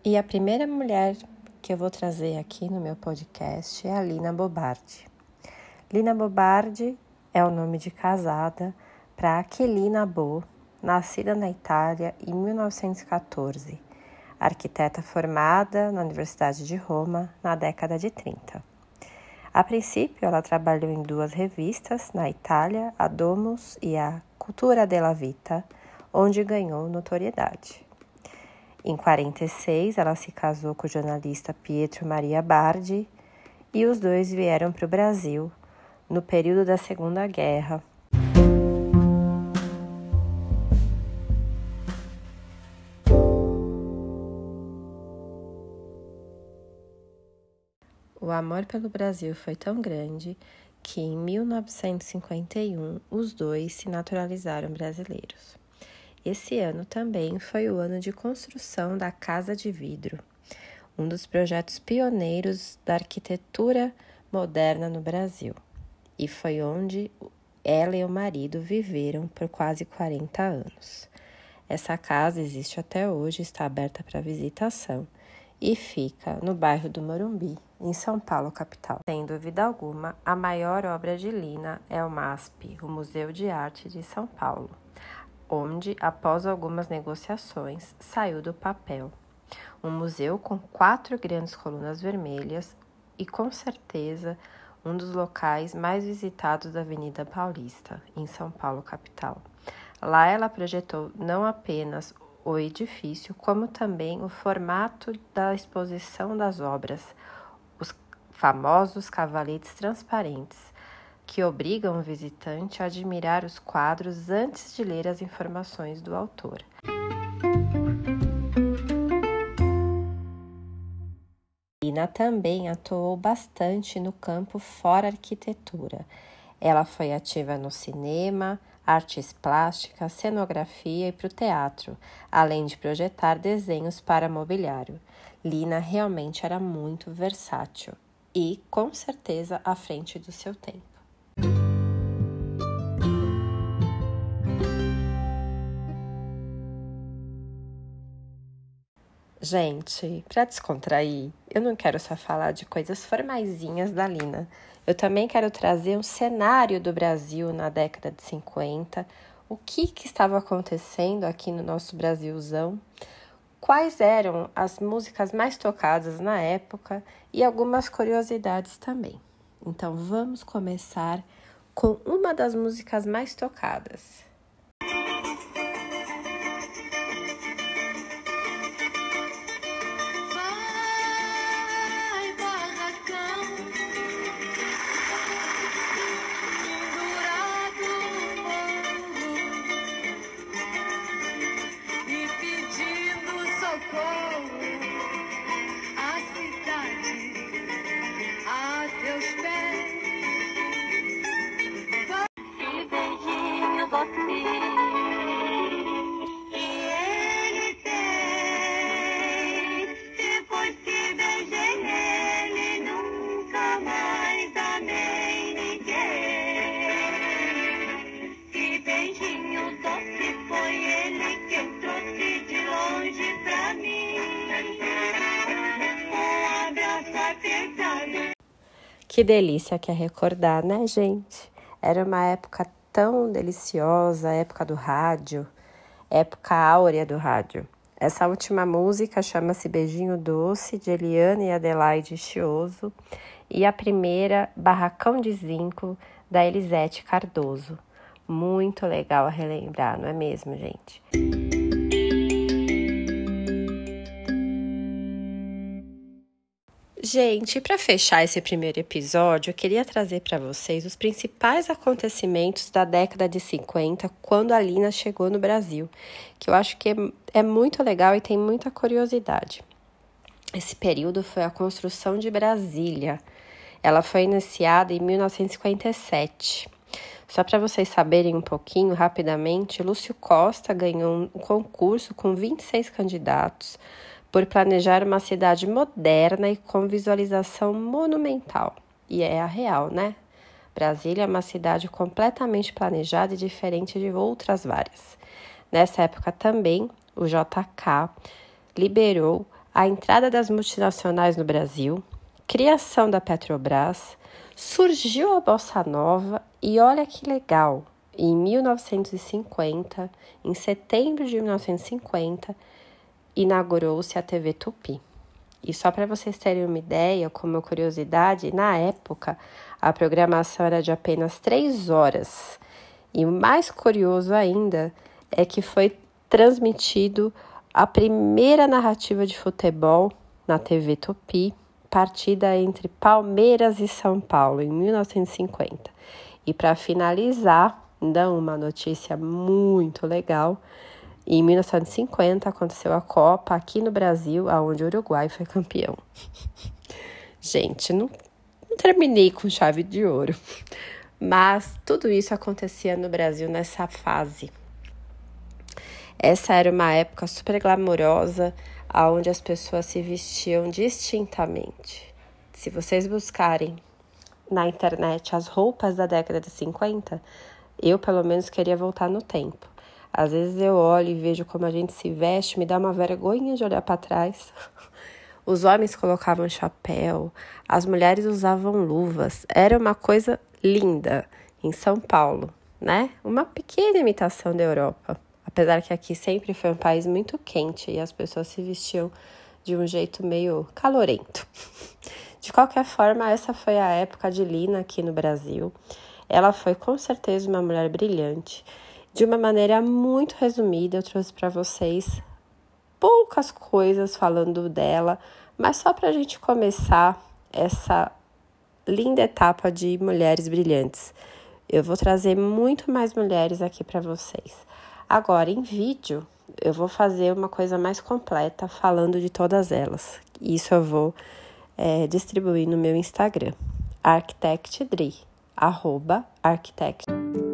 E a primeira mulher que eu vou trazer aqui no meu podcast é a Lina Bobardi. Lina Bobardi é o nome de casada para Aquilina Bo, nascida na Itália em 1914, arquiteta formada na Universidade de Roma na década de 30. A princípio, ela trabalhou em duas revistas na Itália, a Domus e a Cultura della Vita, onde ganhou notoriedade. Em 1946, ela se casou com o jornalista Pietro Maria Bardi e os dois vieram para o Brasil no período da Segunda Guerra. O amor pelo Brasil foi tão grande que em 1951 os dois se naturalizaram brasileiros. Esse ano também foi o ano de construção da Casa de Vidro, um dos projetos pioneiros da arquitetura moderna no Brasil. E foi onde ela e o marido viveram por quase 40 anos. Essa casa existe até hoje, está aberta para visitação e fica no bairro do Morumbi, em São Paulo, capital. Sem dúvida alguma, a maior obra de Lina é o MASP, o Museu de Arte de São Paulo, onde, após algumas negociações, saiu do papel. Um museu com 4 grandes colunas vermelhas e, com certeza, um dos locais mais visitados da Avenida Paulista, em São Paulo, capital. Lá ela projetou não apenas o edifício, como também o formato da exposição das obras, os famosos cavaletes transparentes, que obrigam o visitante a admirar os quadros antes de ler as informações do autor. Lina também atuou bastante no campo fora arquitetura. Ela foi ativa no cinema, artes plásticas, cenografia e para o teatro, além de projetar desenhos para mobiliário. Lina realmente era muito versátil e, com certeza, à frente do seu tempo. Gente, para descontrair, eu não quero só falar de coisas formaisinhas da Lina. Eu também quero trazer um cenário do Brasil na década de 50, o que estava acontecendo aqui no nosso Brasilzão, quais eram as músicas mais tocadas na época e algumas curiosidades também. Então vamos começar com uma das músicas mais tocadas. Que delícia que é recordar, né, gente? Era uma época tão deliciosa, a época do rádio, época áurea do rádio. Essa última música chama-se Beijinho Doce, de Eliane e Adelaide Chioso, e a primeira, Barracão de Zinco, da Elisete Cardoso. Muito legal a relembrar, não é mesmo, gente? Gente, para fechar esse primeiro episódio, eu queria trazer para vocês os principais acontecimentos da década de 50, quando a Lina chegou no Brasil, que eu acho que é muito legal e tem muita curiosidade. Esse período foi a construção de Brasília. Ela foi iniciada em 1957. Só para vocês saberem um pouquinho, rapidamente, Lúcio Costa ganhou um concurso com 26 candidatos, por planejar uma cidade moderna e com visualização monumental. E é a real, né? Brasília é uma cidade completamente planejada e diferente de outras várias. Nessa época também, o JK liberou a entrada das multinacionais no Brasil, criação da Petrobras, surgiu a Bossa Nova e olha que legal, em 1950, em setembro de 1950, inaugurou-se a TV Tupi. E só para vocês terem uma ideia, como curiosidade, na época a programação era de apenas 3 horas. E o mais curioso ainda é que foi transmitido a primeira narrativa de futebol na TV Tupi, partida entre Palmeiras e São Paulo, em 1950. E para finalizar, ainda uma notícia muito legal, em 1950 aconteceu a Copa aqui no Brasil, onde o Uruguai foi campeão. Gente, não terminei com chave de ouro, mas tudo isso acontecia no Brasil nessa fase. Essa era uma época super glamourosa, onde as pessoas se vestiam distintamente. Se vocês buscarem na internet as roupas da década de 50, eu pelo menos queria voltar no tempo. Às vezes eu olho e vejo como a gente se veste, me dá uma vergonha de olhar para trás. Os homens colocavam chapéu, as mulheres usavam luvas. Era uma coisa linda em São Paulo, né? Uma pequena imitação da Europa. Apesar que aqui sempre foi um país muito quente e as pessoas se vestiam de um jeito meio calorento. De qualquer forma, essa foi a época de Lina aqui no Brasil. Ela foi com certeza uma mulher brilhante. De uma maneira muito resumida, eu trouxe para vocês poucas coisas falando dela, mas só para a gente começar essa linda etapa de mulheres brilhantes. Eu vou trazer muito mais mulheres aqui para vocês. Agora, em vídeo, eu vou fazer uma coisa mais completa falando de todas elas. Isso eu vou distribuir no meu Instagram, architectdri, @architect.